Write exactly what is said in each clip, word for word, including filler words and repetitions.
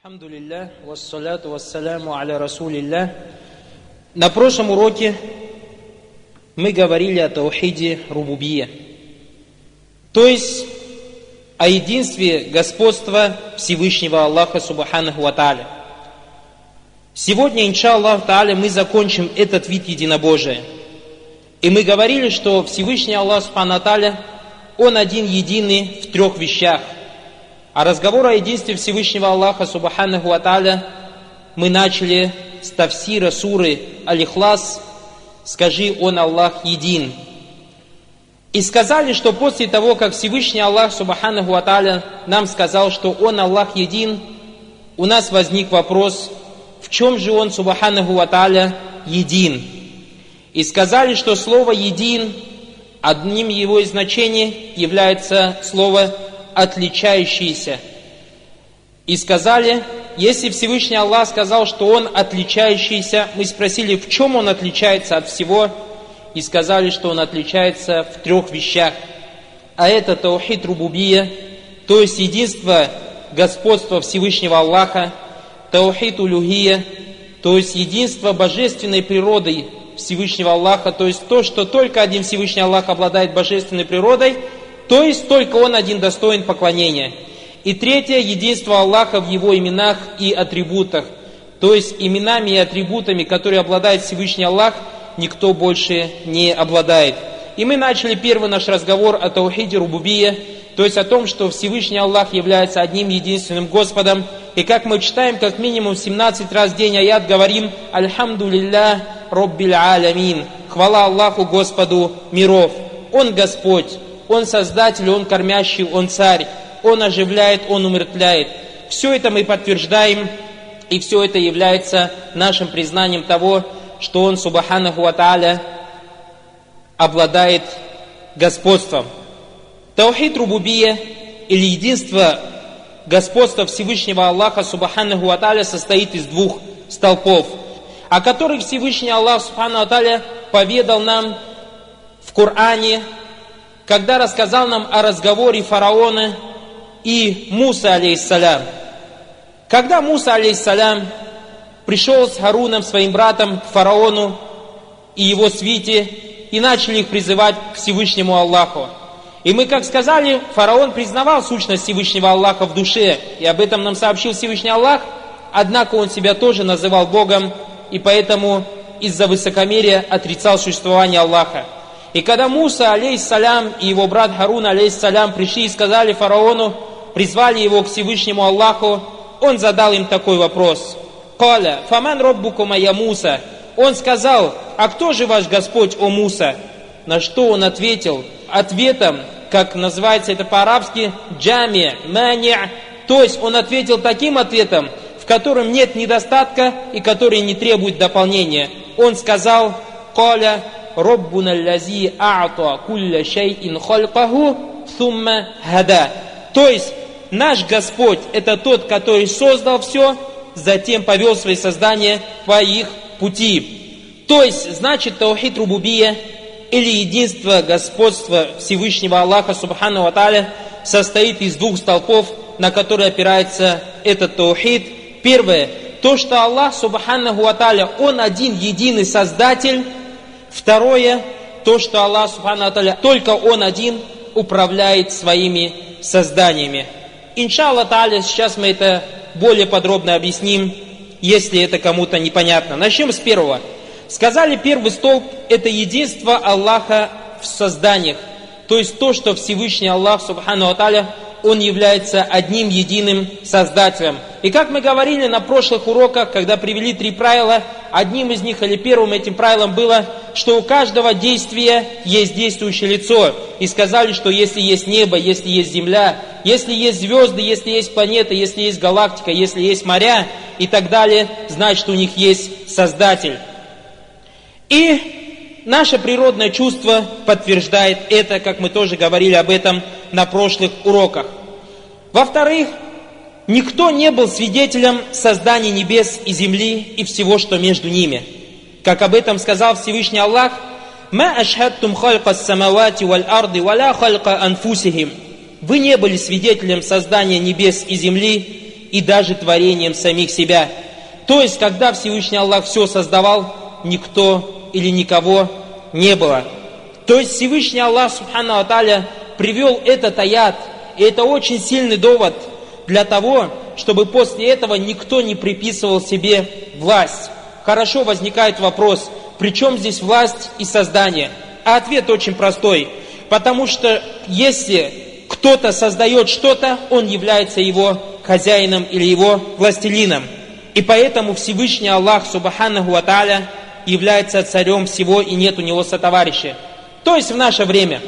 Альхамдулиллах, вассаляту вассаляму аля расулиллах. На прошлом уроке мы говорили о таухиде рубубия, то есть о единстве господства Всевышнего Аллаха Субханаху ва Тааля. Сегодня, иншаллах Тааля, мы закончим этот вид единобожия. И мы говорили, что Всевышний Аллах Субханаху ва Тааля, Он один единый в трех вещах. А разговор о единстве Всевышнего Аллаха Субханаху ва Тааля мы начали с тафсира суры Аль-Ихлас «Скажи, Он Аллах един». И сказали, что после того, как Всевышний Аллах Субханаху ва Тааля нам сказал, что Он Аллах един, у нас возник вопрос, в чем же Он Субханаху ва Тааля един? И сказали, что слово «един», одним его из значений является слово «отличающийся». И сказали, если Всевышний Аллах сказал, что Он отличающийся, мы спросили, в чем Он отличается от всего, и сказали, что Он отличается в трех вещах. А это таухид рубубия, то есть единство господства Всевышнего Аллаха, таухид улюхия, то есть единство божественной природы Всевышнего Аллаха, то есть то, что только один Всевышний Аллах обладает божественной природой, то есть только Он один достоин поклонения. И третье, единство Аллаха в Его именах и атрибутах. То есть именами и атрибутами, которые обладает Всевышний Аллах, никто больше не обладает. И мы начали первый наш разговор о таухиде рубубия, то есть о том, что Всевышний Аллах является одним единственным Господом. И как мы читаем, как минимум семнадцать раз в день аят, говорим «Альхамдулиллах Роббил Алямин». Хвала Аллаху, Господу миров. Он Господь. Он Создатель, Он Кормящий, Он Царь, Он оживляет, Он умертвляет. Все это мы подтверждаем, и все это является нашим признанием того, что Он, Субханаху ва Тааля, обладает господством. Таухид рубубия, или единство господства Всевышнего Аллаха, Субханаху ва Тааля, состоит из двух столпов, о которых Всевышний Аллах, Субханаху ва Тааля, поведал нам в Коране, когда рассказал нам о разговоре фараона и Муса, алейхиссалям. Когда Муса, алейхиссалям, пришел с Харуном, своим братом, к фараону и его свите, и начали их призывать к Всевышнему Аллаху. И мы, как сказали, фараон признавал сущность Всевышнего Аллаха в душе, и об этом нам сообщил Всевышний Аллах, однако он себя тоже называл Богом, и поэтому из-за высокомерия отрицал существование Аллаха. И когда Муса, алейхиссалям, и его брат Харун, алейхиссалям, пришли и сказали фараону, призвали его к Всевышнему Аллаху, он задал им такой вопрос. «Каля, фаман роббукума я Муса?» Он сказал, «А кто же ваш Господь, о Муса?» На что он ответил? Ответом, как называется это по-арабски, «джами», «мани», то есть он ответил таким ответом, в котором нет недостатка и который не требует дополнения. Он сказал, «Каля, Роббуна лази а'та кулля шай'ин хальқаху сумма хада». То есть наш Господь это тот, который создал все, затем повел свои создания по их пути. То есть значит таухид рубубия или единство господства Всевышнего Аллаха Субханаху ва Тааля состоит из двух столпов, на которые опирается этот таухид. Первое, то, что Аллах Субханаху ва Тааля, Он один единый Создатель. Второе, то, что Аллах Субханаху ва Тааля, только Он один управляет своими созданиями. Иншаллах Тааля, сейчас мы это более подробно объясним, если это кому-то непонятно. Начнем с первого. Сказали, первый столб – это единство Аллаха в созданиях. То есть то, что Всевышний Аллах Субханаху ва Тааля, Он является одним единым Создателем. И как мы говорили на прошлых уроках, когда привели три правила, одним из них или первым этим правилом было, что у каждого действия есть действующее лицо. И сказали, что если есть небо, если есть земля, если есть звезды, если есть планеты, если есть галактика, если есть моря и так далее, значит у них есть Создатель. И наше природное чувство подтверждает это, как мы тоже говорили об этом на прошлых уроках. Во-вторых, никто не был свидетелем создания небес и земли и всего, что между ними. Как об этом сказал Всевышний Аллах, «Ма ашхадтум халька самавати валь арды валя халька анфусихим». Вы не были свидетелем создания небес и земли и даже творением самих себя. То есть, когда Всевышний Аллах все создавал, никто или никого не было. То есть, Всевышний Аллах, субхану ва тааля, привел этот аят, и это очень сильный довод для того, чтобы после этого никто не приписывал себе власть. Хорошо, возникает вопрос, при чем здесь власть и создание? А ответ очень простой. Потому что если кто-то создает что-то, он является его хозяином или его властелином. И поэтому Всевышний Аллах, субханаху ва тааля, является царем всего и нет у него сотоварища. То есть в наше время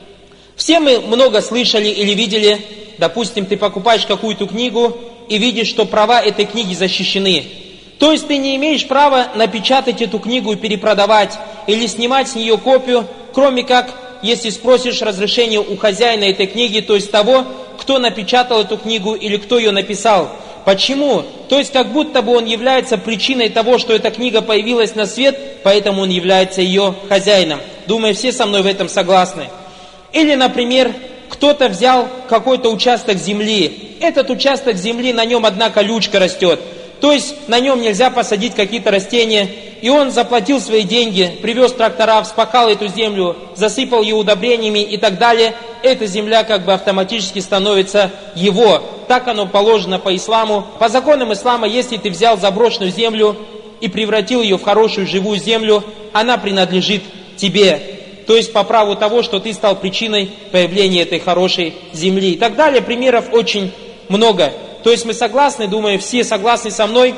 все мы много слышали или видели, допустим, ты покупаешь какую-то книгу и видишь, что права этой книги защищены. То есть ты не имеешь права напечатать эту книгу и перепродавать, или снимать с нее копию, кроме как, если спросишь разрешение у хозяина этой книги, то есть того, кто напечатал эту книгу или кто ее написал. Почему? То есть как будто бы он является причиной того, что эта книга появилась на свет, поэтому он является ее хозяином. Думаю, все со мной в этом согласны. Или, например, кто-то взял какой-то участок земли. Этот участок земли, на нем одна колючка растет. То есть на нем нельзя посадить какие-то растения. И он заплатил свои деньги, привез трактора, вспахал эту землю, засыпал ее удобрениями и так далее. Эта земля как бы автоматически становится его. Так оно положено по исламу. По законам ислама, если ты взял заброшенную землю и превратил ее в хорошую живую землю, она принадлежит тебе. То есть по праву того, что ты стал причиной появления этой хорошей земли. И так далее. Примеров очень много. То есть мы согласны, думаю, все согласны со мной,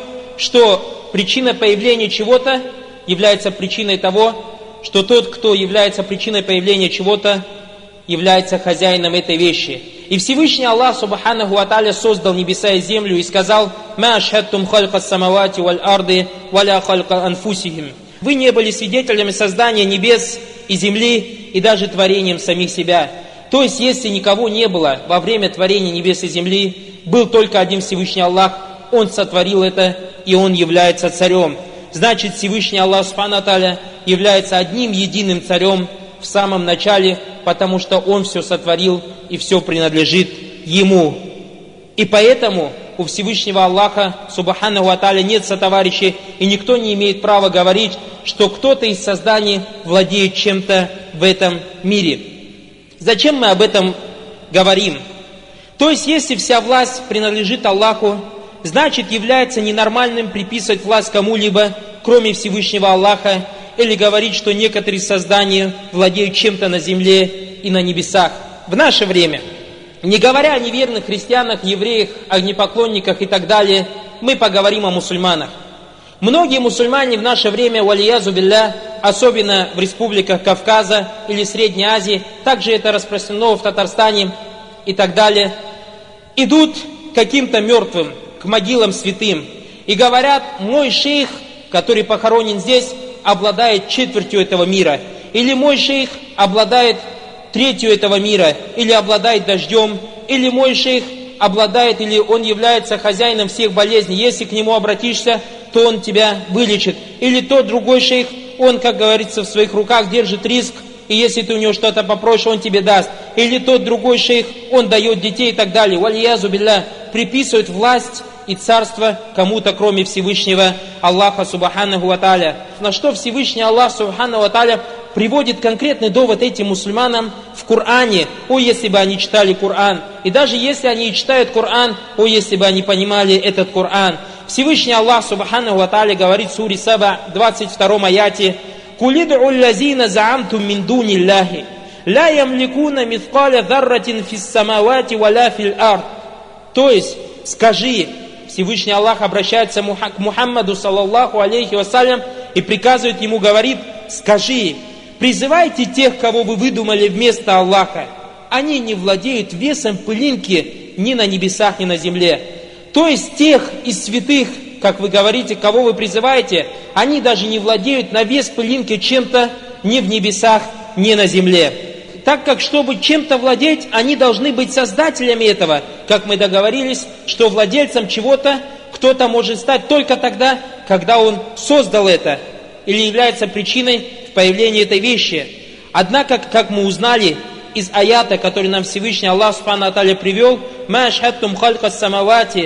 что причина появления чего-то является причиной того, что тот, кто является причиной появления чего-то, является хозяином этой вещи. И Всевышний Аллах, субханаху ва тааля, создал небеса и землю и сказал: «Ма ашхадтум халька самавати валь арды, валя халька анфусихим». Вы не были свидетелями создания небес и земли, и даже творением самих себя. То есть, если никого не было во время творения небес и земли, был только один Всевышний Аллах, Он сотворил это, и Он является царем. Значит, Всевышний Аллах, субхану ва тааля, является одним единым царем в самом начале, потому что Он все сотворил, и все принадлежит Ему. И поэтому у Всевышнего Аллаха, субхану ва тааля, нет сотоварищей, и никто не имеет права говорить, что кто-то из созданий владеет чем-то в этом мире. Зачем мы об этом говорим? То есть, если вся власть принадлежит Аллаху, значит, является ненормальным приписывать власть кому-либо, кроме Всевышнего Аллаха, или говорить, что некоторые создания владеют чем-то на земле и на небесах. В наше время, не говоря о неверных христианах, евреях, огнепоклонниках и так далее, мы поговорим о мусульманах. Многие мусульмане в наше время, валиязу билля, особенно в республиках Кавказа или Средней Азии, также это распространено в Татарстане и так далее, идут к каким-то мертвым, к могилам святым, и говорят: мой шейх, который похоронен здесь, обладает четвертью этого мира, или мой шейх обладает третью этого мира, или обладает дождем, или мой шейх обладает, или он является хозяином всех болезней, если к нему обратишься, то он тебя вылечит. Или тот другой шейх, он, как говорится, в своих руках держит риск, и если ты у него что-то попросишь, он тебе даст. Или тот другой шейх, он дает детей и так далее. Валиязу билля, приписывают власть и царство кому-то, кроме Всевышнего Аллаха, субханаху ва тааля. На что Всевышний Аллах, субханаху ва тааля, приводит конкретный довод этим мусульманам в Коране. О, если бы они читали Коран. И даже если они и читают Коран, о, если бы они понимали этот Коран. Всевышний Аллах, субханаху ва тааля, говорит в суре Саба, двадцать втором аяте: «Кулид'у лазина заамтум мин дуни Аллахи, ла ямликуна мithqаля зарратин фис самавати валя фил ард». То есть, скажи, Всевышний Аллах обращается к Мухаммаду, саллаллаху алейхи вассалям, и приказывает ему, говорит: скажи, призывайте тех, кого вы выдумали вместо Аллаха. Они не владеют весом пылинки ни на небесах, ни на земле. То есть тех из святых, как вы говорите, кого вы призываете, они даже не владеют на вес пылинки чем-то ни в небесах, ни на земле. Так как, чтобы чем-то владеть, они должны быть создателями этого. Как мы договорились, что владельцем чего-то кто-то может стать только тогда, когда он создал это, или является причиной появления этой вещи. Однако, как мы узнали из аята, который нам Всевышний Аллах субхану ва тааля привел: «Ма ашхадтум халька самавати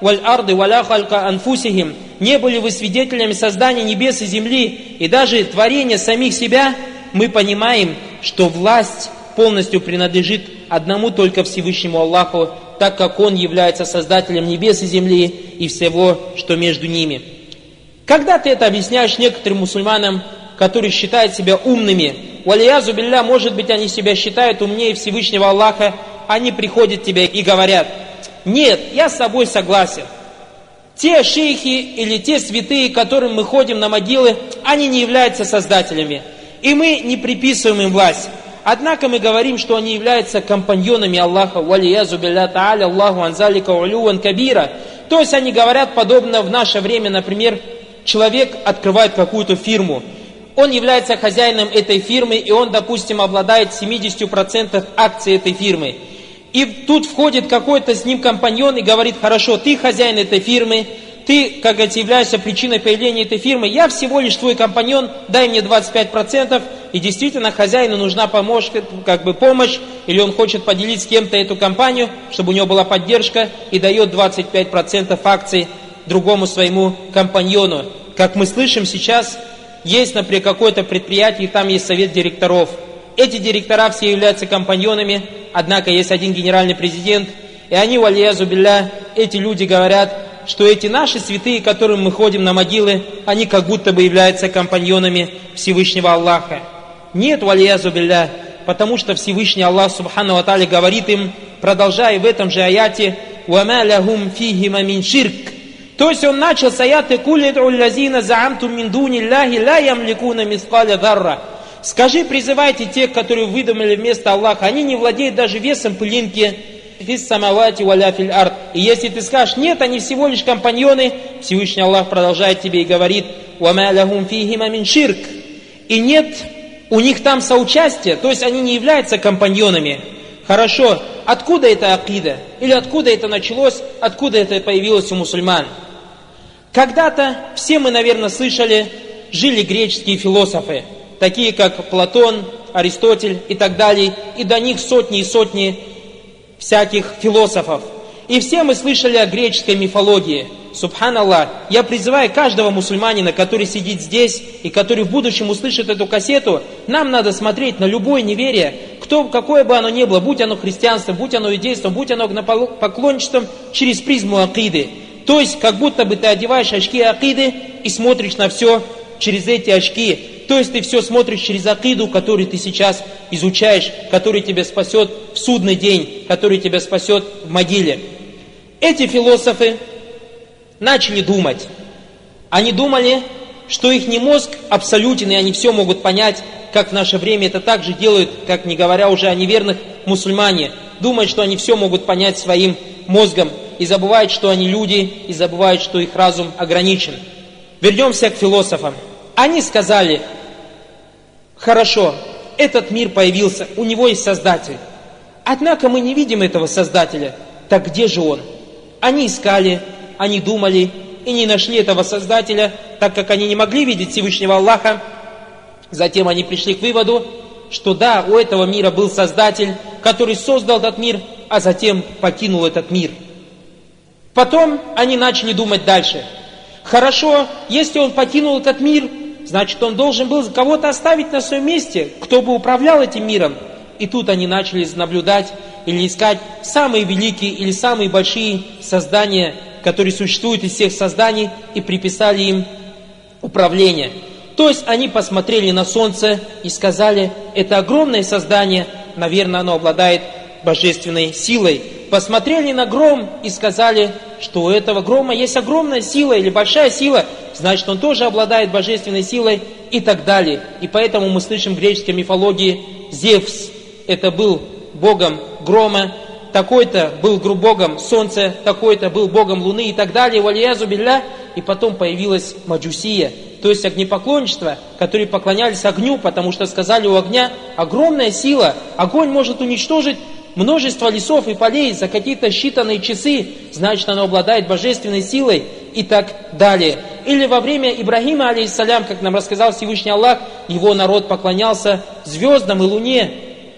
валь арды валя халька анфусихим. Не были вы свидетелями создания небес и земли и даже творения самих себя? Мы понимаем, что власть полностью принадлежит одному только Всевышнему Аллаху, так как Он является создателем небес и земли и всего, что между ними. Когда ты это объясняешь некоторым мусульманам, которые считают себя умными, валиязу билля, может быть, они себя считают умнее Всевышнего Аллаха, они приходят к тебе и говорят: нет, я с собой согласен. Те шейхи или те святые, к которым мы ходим на могилы, они не являются создателями. И мы не приписываем им власть. Однако мы говорим, что они являются компаньонами Аллаха. Валиязу билля та'аля Аллаху анзалика улюван кабира. То есть они говорят подобно в наше время, например, человек открывает какую-то фирму. Он является хозяином этой фирмы, и он, допустим, обладает семьдесят процентов акций этой фирмы. И тут входит какой-то с ним компаньон и говорит: хорошо, ты хозяин этой фирмы, ты, как говорится, являешься причиной появления этой фирмы, я всего лишь твой компаньон, дай мне двадцать пять процентов, и действительно хозяину нужна помощь, как бы помощь, или он хочет поделить с кем-то эту компанию, чтобы у него была поддержка, и дает двадцать пять процентов акций другому своему компаньону. Как мы слышим сейчас, есть, например, какое-то предприятие, и там есть совет директоров. Эти директора все являются компаньонами, однако есть один генеральный президент, и они, валиязу билля, эти люди говорят, что эти наши святые, к которым мы ходим на могилы, они как будто бы являются компаньонами Всевышнего Аллаха. Нет, валиязу билля, потому что Всевышний Аллах субхану ва тааля говорит им, продолжая в этом же аяте: «Вама лахум фихима мин ширк». То есть он начал с аяты: «Куль ид'у лазина заамтум мин дуни Аллахи ла ямликуна мискаля дарра». Скажи, призывайте тех, которые выдумали вместо Аллаха, они не владеют даже весом пылинки. Фис самавати валя фил ард. И если ты скажешь: нет, они всего лишь компаньоны, Всевышний Аллах продолжает тебе и говорит: «Вама лахум фихима мин ширк». И нет у них там соучастия, то есть они не являются компаньонами. Хорошо, откуда это акида? Или откуда это началось, откуда это появилось у мусульман? Когда-то, все мы, наверное, слышали, жили греческие философы, такие как Платон, Аристотель и так далее, и до них сотни и сотни всяких философов. И все мы слышали о греческой мифологии. Субханаллах, я призываю каждого мусульманина, который сидит здесь и который в будущем услышит эту кассету, нам надо смотреть на любое неверие, кто, какое бы оно ни было, будь оно христианством, будь оно иудейством, будь оно поклонничеством, через призму акиды. То есть, как будто бы ты одеваешь очки акиды и смотришь на все через эти очки. То есть ты все смотришь через акиду, которую ты сейчас изучаешь, который тебя спасет в судный день, который тебя спасет в могиле. Эти философы начали думать. Они думали, что их не мозг абсолютен, и они все могут понять, как в наше время это так же делают, как не говоря уже о неверных мусульмане. Думают, что они все могут понять своим мозгом, и забывают, что они люди, и забывают, что их разум ограничен. Вернемся к философам. Они сказали: хорошо, этот мир появился, у него есть Создатель. Однако мы не видим этого Создателя. Так где же он? Они искали, они думали и не нашли этого Создателя, так как они не могли видеть Всевышнего Аллаха. Затем они пришли к выводу, что да, у этого мира был Создатель, который создал этот мир, а затем покинул этот мир. Потом они начали думать дальше. Хорошо, если он покинул этот мир, значит, он должен был кого-то оставить на своем месте, кто бы управлял этим миром. И тут они начали наблюдать или искать самые великие или самые большие создания, которые существуют из всех созданий, и приписали им управление. То есть они посмотрели на солнце и сказали: это огромное создание, наверное, оно обладает божественной силой. Посмотрели на гром и сказали, что у этого грома есть огромная сила или большая сила, значит, он тоже обладает божественной силой и так далее. И поэтому мы слышим в греческой мифологии: Зевс – это был богом грома, такой-то был богом солнца, такой-то был богом луны и так далее, валиязу билля. И потом появилась маджусия, то есть огнепоклонничество, которые поклонялись огню, потому что сказали: у огня огромная сила, огонь может уничтожить множество лесов и полей за какие-то считанные часы, значит, оно обладает божественной силой и так далее. Или во время Ибрахима, алейхиссалям, как нам рассказал Всевышний Аллах, его народ поклонялся звездам и луне.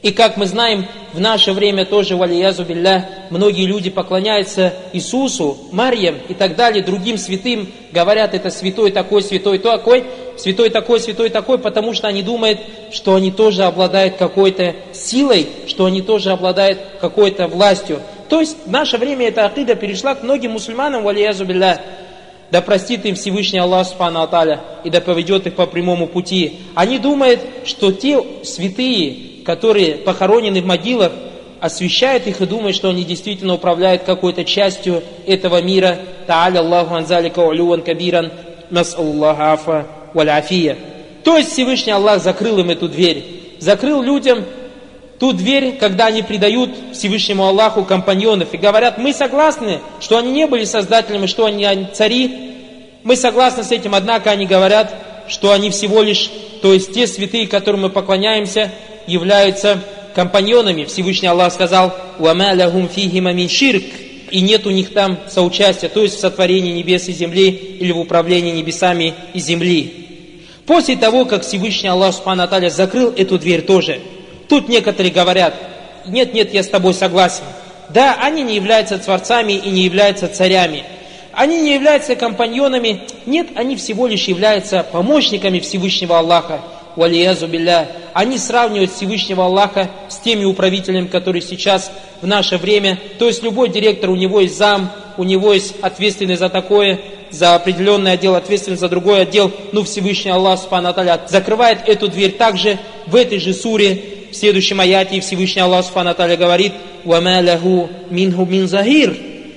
И как мы знаем, в наше время тоже, валиязу билля, многие люди поклоняются Иисусу, Марьям и так далее, другим святым, говорят, это святой такой, святой такой, святой такой, святой такой, потому что они думают, что они тоже обладают какой-то силой, что они тоже обладают какой-то властью. То есть в наше время эта акида перешла к многим мусульманам, валиязу билля. Да простит им Всевышний Аллах Субхану Аталя и да поведет их по прямому пути. Они думают, что те святые, которые похоронены в могилах, освящают их и думают, что они действительно управляют какой-то частью этого мира. Та'аля Аллаху анзалика улюван кабиран, нас'аллаху афа валь афия. То есть Всевышний Аллах закрыл им эту дверь. Закрыл людям ту дверь, когда они предают Всевышнему Аллаху компаньонов и говорят, мы согласны, что они не были создателями, что они цари. Мы согласны с этим, однако они говорят, что они всего лишь, то есть те святые, которым мы поклоняемся, являются компаньонами. Всевышний Аллах сказал, «Вама лахум фихима мин ширк», и нет у них там соучастия, то есть в сотворении небес и земли или в управлении небесами и земли. После того, как Всевышний Аллах Субхану Аталя закрыл эту дверь тоже, тут некоторые говорят, нет, нет, я с тобой согласен. Да, они не являются творцами и не являются царями. Они не являются компаньонами. Нет, они всего лишь являются помощниками Всевышнего Аллаха. Валиязу билля. Они сравнивают Всевышнего Аллаха с теми управителями, которые сейчас в наше время. То есть любой директор, у него есть зам, у него есть ответственный за такое, за определенный отдел, ответственный за другой отдел. Ну, Всевышний Аллах Субхану ва Тааля закрывает эту дверь также в этой же суре. В следующем аяте Всевышний Аллах Субхану ва Тааля говорит: «Вама лаху минху мин захир».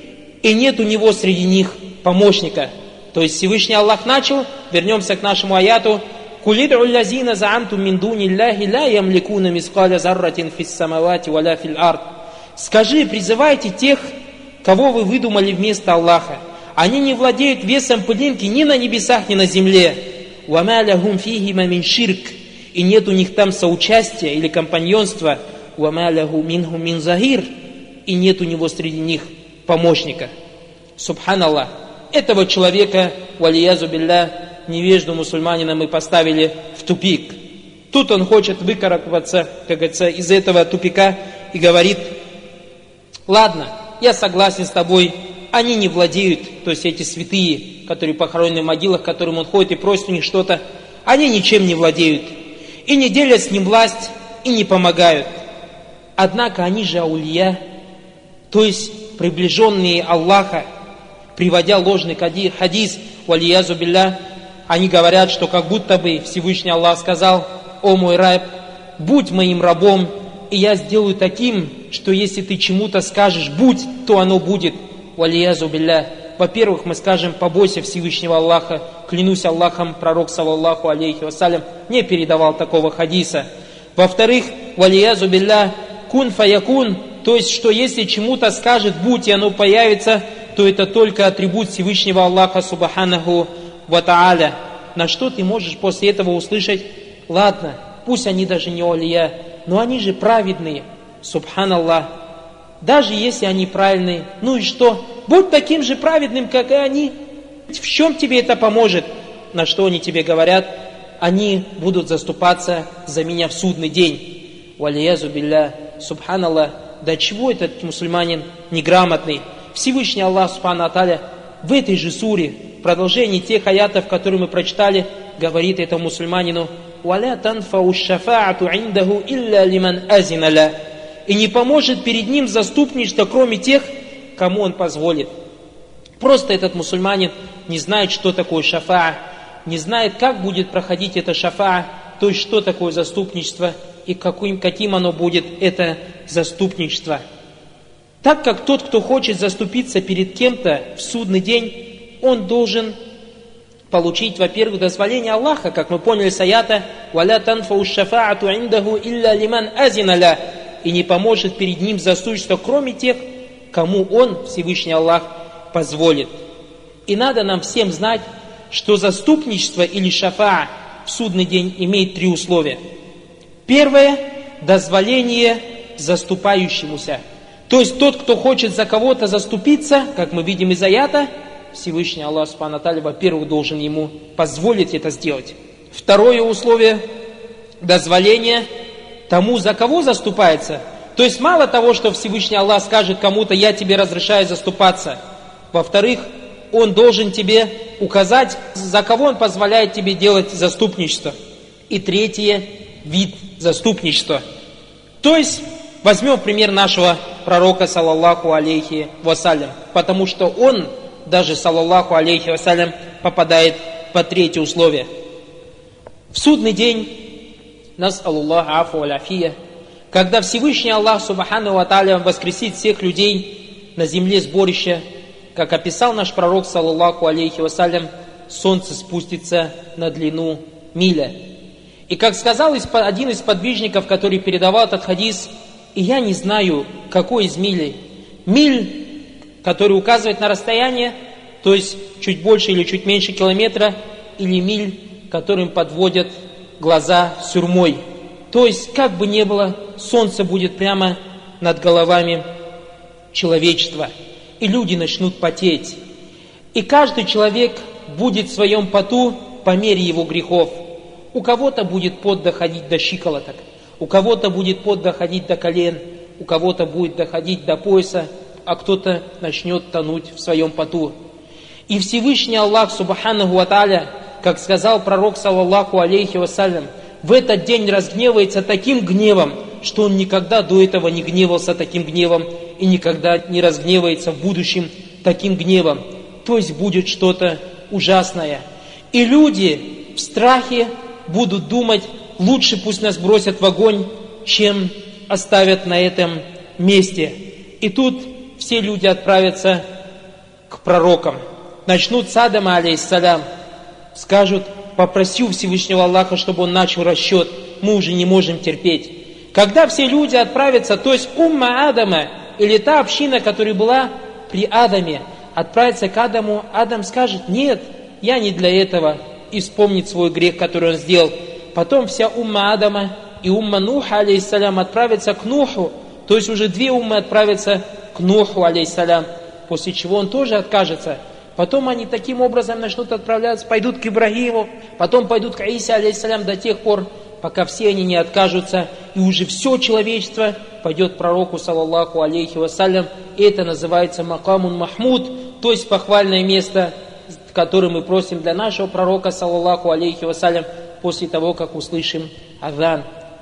И нет у него среди них помощника. То есть Всевышний Аллах начал, вернемся к нашему аяту, «Кулид'у лазина заамтум мин дуни Аллахи ла ямликуна мискаля зарратин фис самавати валя фил ард». Скажи, призывайте тех, кого вы выдумали вместо Аллаха. Они не владеют весом пылинки ни на небесах, ни на земле. «Вама лахум фихима мин ширк». И нет у них там соучастия или компаньонства. «Вама лаху минху мин захир». И нет у него среди них помощника. Субханаллах. Этого человека, валиязу билля, невежду мусульманина, мы поставили в тупик. Тут он хочет выкарабкаться, как говорится, из этого тупика и говорит: ладно, я согласен с тобой, они не владеют, то есть эти святые, которые похоронены в могилах, к которым он ходит и просит у них что-то, они ничем не владеют, и не делят с ним власть, и не помогают. Однако они же аулия, то есть приближенные Аллаха, приводя ложный хадис, валиязу билля, они говорят, что как будто бы Всевышний Аллах сказал: «О мой раб, будь моим рабом, и я сделаю таким, что если ты чему-то скажешь «будь», то оно будет». Валиязу билля. Во-первых, мы скажем: побойся Всевышнего Аллаха. Клянусь Аллахом, пророк, саллаллаху алейхи вассалям, не передавал такого хадиса. Во-вторых, валиязу билля, кун фаякун, то есть, что если чему-то скажет «будь», и оно появится, то это только атрибут Всевышнего Аллаха субханаху ва тааля. На что ты можешь после этого услышать: ладно, пусть они даже не олия, но они же праведные, субханаллах. Даже если они правильные, ну и что? Будь таким же праведным, как и они. В чем тебе это поможет? На что они тебе говорят? Они будут заступаться за меня в судный день. Валиязу билля, субханаллах. До чего этот мусульманин неграмотный? Всевышний Аллах Субхану ва Тааля в этой же суре, в продолжении тех аятов, которые мы прочитали, говорит этому мусульманину: «Валя танфау шафаату индаху илля лиман азина ля». И не поможет перед ним заступничество, кроме тех, кому он позволит. Просто этот мусульманин не знает, что такое шафаа, не знает, как будет проходить это шафаа, то есть что такое заступничество и каким, каким оно будет, это заступничество. Так как тот, кто хочет заступиться перед кем-то в судный день, он должен получить, во-первых, дозволение Аллаха, как мы поняли с аята: «Валя танфау шафаату индаху илля лиман азина ля». И не поможет перед ним заступничество, кроме тех, кому он, Всевышний Аллах, позволит. И надо нам всем знать, что заступничество или шафаа в судный день имеет три условия. Первое – дозволение заступающемуся. То есть тот, кто хочет за кого-то заступиться, как мы видим из аята, Всевышний Аллах Субхану ва Тааля, во-первых, должен ему позволить это сделать. Второе условие – дозволение тому, за кого заступается. То есть мало того, что Всевышний Аллах скажет кому-то: я тебе разрешаю заступаться. Во-вторых, Он должен тебе указать, за кого Он позволяет тебе делать заступничество. И третье, вид заступничества. То есть, возьмем пример нашего пророка, саллаллаху алейхи вассалям, потому что он, даже саллаллаху алейхи вассалям, попадает под третье условие. В судный день, нас Аллах афу аляфия, когда Всевышний Аллах субхану ва тааля воскресит всех людей на земле сборища, как описал наш пророк, саллаллаху алейхи вассалям, солнце спустится на длину миля. И как сказал один из подвижников, который передавал этот хадис: и я не знаю, какой из милей. Миль, который указывает на расстояние, то есть чуть больше или чуть меньше километра, или миль, которым подводят глаза сюрмой. То есть, как бы ни было, солнце будет прямо над головами человечества. И люди начнут потеть. И каждый человек будет в своем поту по мере его грехов. У кого-то будет пот доходить до щиколоток, у кого-то будет пот доходить до колен, у кого-то будет доходить до пояса, а кто-то начнет тонуть в своем поту. И Всевышний Аллах субханаху ва тааля, как сказал пророк, саллаллаху алейхи вассалям, в этот день разгневается таким гневом, что он никогда до этого не гневался таким гневом и никогда не разгневается в будущем таким гневом. То есть будет что-то ужасное. И люди в страхе будут думать: лучше пусть нас бросят в огонь, чем оставят на этом месте. И тут все люди отправятся к пророкам. Начнут с Адама, алейхиссалям, скажут: попроси у Всевышнего Аллаха, чтобы он начал расчет, мы уже не можем терпеть. Когда все люди отправятся, то есть умма Адама, или та община, которая была при Адаме, отправится к Адаму, Адам скажет: нет, я не для этого, и вспомнит свой грех, который он сделал. Потом вся умма Адама и умма Нуха, алейхиссалям, отправится к Нуху, то есть уже две уммы отправятся к Нуху, алейхиссалям, после чего он тоже откажется. Потом они таким образом начнут отправляться, пойдут к Ибрагиму, потом пойдут к Иисе, алейхиссалям, до тех пор, пока все они не откажутся, и уже все человечество пойдет к пророку, саллаллаху алейхи вассалям. И это называется макамун махмуд, то есть похвальное место, которое мы просим для нашего пророка, саллаллаху алейхи вассалям, после того, как услышим азан.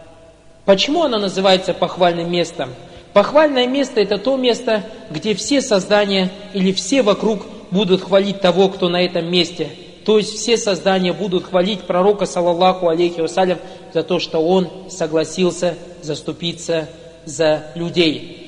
Почему оно называется похвальным местом? Похвальное место — это то место, где все создания или все вокруг будут хвалить того, кто на этом месте. То есть все создания будут хвалить пророка, саллаллаху алейхи вассалям, за то, что он согласился заступиться за людей.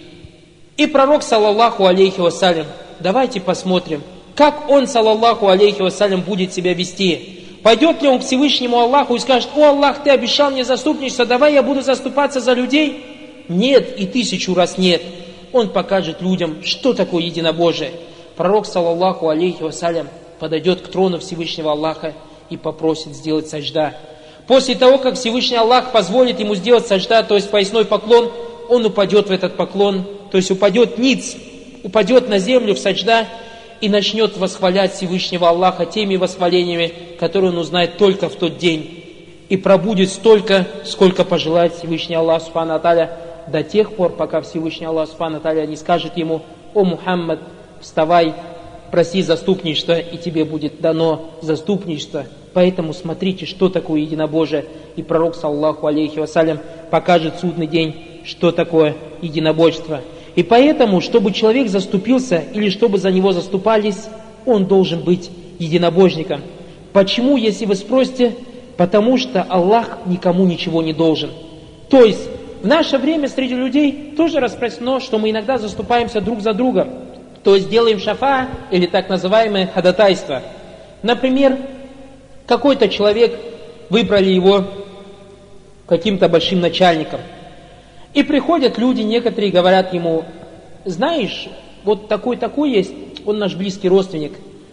И пророк, саллаллаху алейхи вассалям, давайте посмотрим, как он, саллаллаху алейхи вассалям, будет себя вести. Пойдет ли он к Всевышнему Аллаху и скажет: о Аллах, ты обещал мне заступничество, давай я буду заступаться за людей? Нет, и тысячу раз нет. Он покажет людям, что такое единобожие. Пророк, саллаллаху алейхи вассалям, подойдет к трону Всевышнего Аллаха и попросит сделать саджда. После того, как Всевышний Аллах позволит ему сделать саджда, то есть поясной поклон, он упадет в этот поклон, то есть упадет ниц, упадет на землю в саджда и начнет восхвалять Всевышнего Аллаха теми восхвалениями, которые он узнает только в тот день. И пробудет столько, сколько пожелает Всевышний Аллах субхану ва тааля, до тех пор, пока Всевышний Аллах субхану ва тааля не скажет ему: о Мухаммад, вставай, проси заступничество, и тебе будет дано заступничество. Поэтому смотрите, что такое единобожие. И пророк, саллаллаху алейхи вассалям, покажет в судный день, что такое единобожество. И поэтому, чтобы человек заступился, или чтобы за него заступались, он должен быть единобожником. Почему, если вы спросите? Потому что Аллах никому ничего не должен. То есть, в наше время среди людей тоже распространено, что мы иногда заступаемся друг за другом. То есть делаем шафа, или так называемое ходатайство. Например, какой-то человек, выбрали его каким-то большим начальником. И приходят люди, некоторые говорят ему: знаешь, вот такой-такой есть, он наш близкий родственник.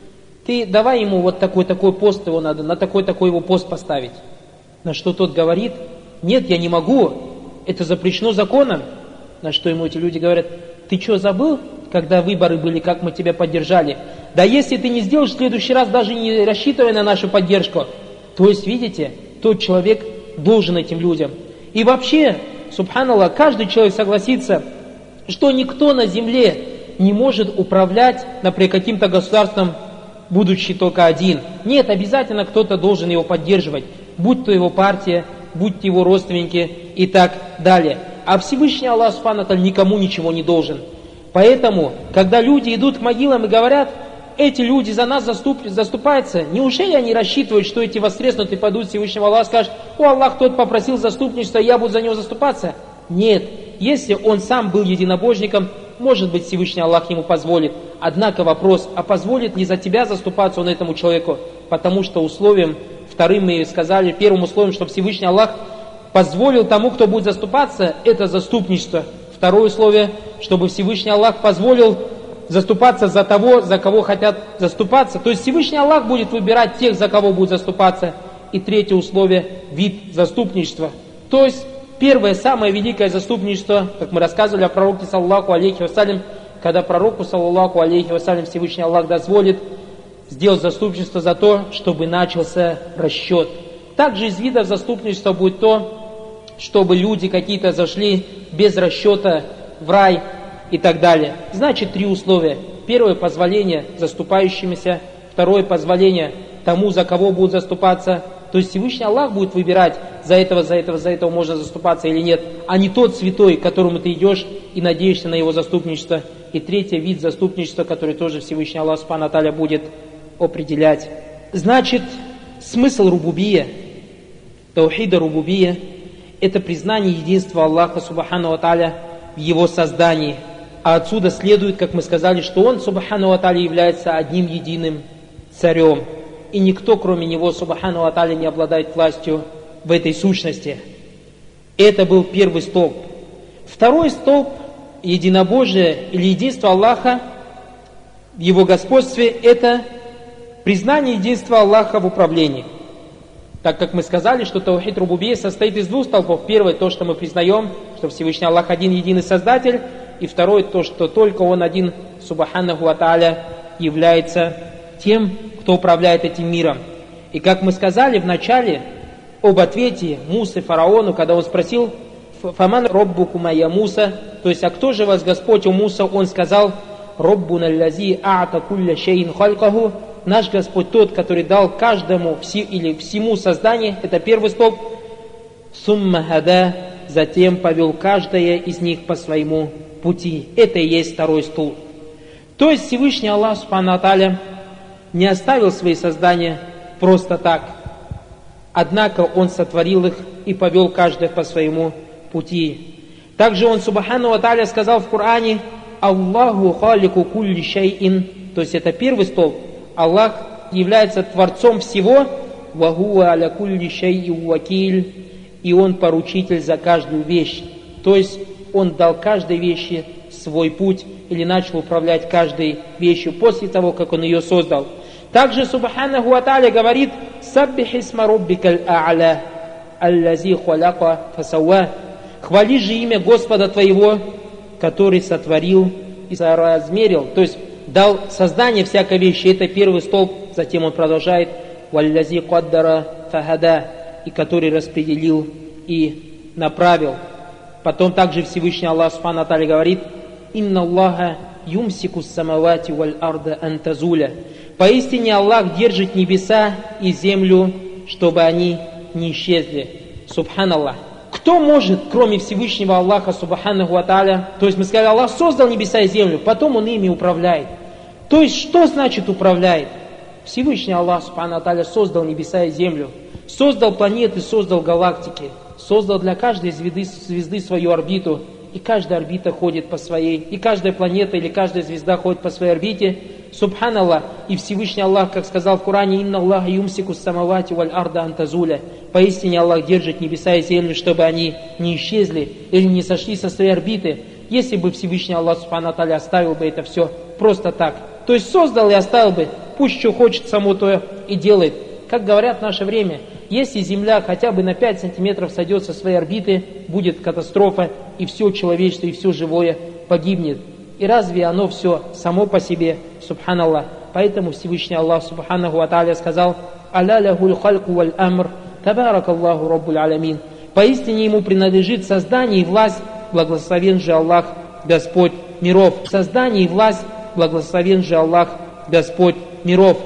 Ты давай ему вот такой-такой пост, его надо, на такой-такой его пост поставить. На что тот говорит: нет, я не могу, это запрещено законом. На что ему эти люди говорят: ты что, забыл, когда выборы были, как мы тебя поддержали? Да если ты не сделаешь в следующий раз, даже не рассчитывая на нашу поддержку. То есть, видите, тот человек должен этим людям. И вообще, субханаллах, каждый человек согласится, что никто на земле не может управлять, например, каким-то государством, будучи только один. Нет, обязательно кто-то должен его поддерживать, будь то его партия, будь то его родственники и так далее. А Всевышний Аллах Субхану ва Тааля никому ничего не должен. Поэтому, когда люди идут к могилам и говорят, эти люди за нас заступ, заступаются, неужели они рассчитывают, что эти воскреснутые пойдут Всевышнего Аллаха и скажут, о Аллах, тот попросил заступничества, я буду за него заступаться? Нет, если он сам был единобожником, может быть, Всевышний Аллах ему позволит. Однако вопрос, а позволит ли за тебя заступаться он этому человеку? Потому что условием, вторым мы сказали, первым условием, что Всевышний Аллах позволил тому, кто будет заступаться, это заступничество. Второе условие, чтобы Всевышний Аллах позволил заступаться за того, за кого хотят заступаться. То есть Всевышний Аллах будет выбирать тех, за кого будет заступаться. И третье условие – вид заступничества. То есть первое, самое великое заступничество, как мы рассказывали о пророке, саллаллаху алейхи вассалям, когда пророку, саллаллаху алейхи вассалям, Всевышний Аллах дозволит сделать заступничество за то, чтобы начался расчет. Также из видов заступничества будет то, чтобы люди какие-то зашли без расчета в рай и так далее. Значит, три условия. Первое – позволение заступающимся. Второе – позволение тому, за кого будут заступаться. То есть Всевышний Аллах будет выбирать, за этого, за этого, за этого можно заступаться или нет, а не тот святой, к которому ты идешь и надеешься на его заступничество. И третий вид заступничества, который тоже Всевышний Аллах Субхану ва Тааля будет определять. Значит, смысл рубубия, таухида рубубия, это признание единства Аллаха Субхану ва Тааля в его создании. А отсюда следует, как мы сказали, что он, Субхану ва Тааля, является одним единым царем. И никто, кроме него, Субхану ва Тааля, не обладает властью в этой сущности. Это был первый столб. Второй столб единобожия или единства Аллаха в его господстве – это признание единства Аллаха в управлении. Так как мы сказали, что таухид рубубия состоит из двух столбов. Первый – то, что мы признаем, что Всевышний Аллах один единый Создатель. И второй – то, что только Он один, Субханаху ва Тааля, является тем, кто управляет этим миром. И как мы сказали в начале об ответе Мусы фараону, когда он спросил «Фаман роббукума я Муса», то есть «А кто же вас Господь у Муса?» Он сказал «Роббуна лази а'та кулля шейин халькаху», наш Господь тот, который дал каждому или всему созданию, это первый столб, «Сумма хада», затем повел каждое из них по своему пути. Это и есть второй столб. То есть Всевышний Аллах Субхану ва Тааля не оставил свои создания просто так. Однако Он сотворил их и повел каждое по своему пути. Также Он, Субхану ва Тааля, сказал в Коране «Аллаху халику кулли шайин», то есть это первый столб. Аллах является Творцом всего, «Ва хуа аля кулли шайин вакиль», и Он поручитель за каждую вещь. То есть Он дал каждой вещи свой путь или начал управлять каждой вещью после того, как Он ее создал. Также Субханаху ва Тааля говорит «Саббих исма роббикаль а'ля, аллази халяка фасауа». Хвали же имя Господа твоего, который сотворил и соразмерил, то есть дал создание всякой вещи. Это первый столб. Затем он продолжает «Валлази каддара фахада», и который распределил и направил. Потом также Всевышний Аллах Субхану ва Тааля говорит «Инна Аллаха юмсику самавати валь арда антазуля». Поистине Аллах держит небеса и землю, чтобы они не исчезли. Субханаллах. Кто может, кроме Всевышнего Аллаха Субханаху ва Тааля, то есть мы сказали, Аллах создал небеса и землю, потом Он ими управляет. То есть что значит управляет? Всевышний Аллах Субхану ва Тааля создал небеса и землю, создал планеты, создал галактики, создал для каждой звезды, звезды свою орбиту, и каждая орбита ходит по своей, и каждая планета или каждая звезда ходит по своей орбите. Субханаллах. И Всевышний Аллах, как сказал в Коране, «Инна Аллаха юмсику самавати валь арда антазуля». Поистине Аллах держит небеса и землю, чтобы они не исчезли или не сошли со своей орбиты. Если бы Всевышний Аллах Субхану ва Тааля оставил бы это все просто так, то есть создал и оставил бы, пусть что хочет само то и делает. Как говорят в наше время, если Земля хотя бы на пять сантиметров сойдет со своей орбиты, будет катастрофа, и все человечество, и все живое погибнет. И разве оно все само по себе? Субханаллах. Поэтому Всевышний Аллах Субханаху ва Тааля сказал: «Аля лахуль хальку валь амр, табарак Аллаху раббуль алямин». Поистине Ему принадлежит создание и власть, благословен же Аллах, Господь миров. Создание и власть, благословен же Аллах, Господь миров.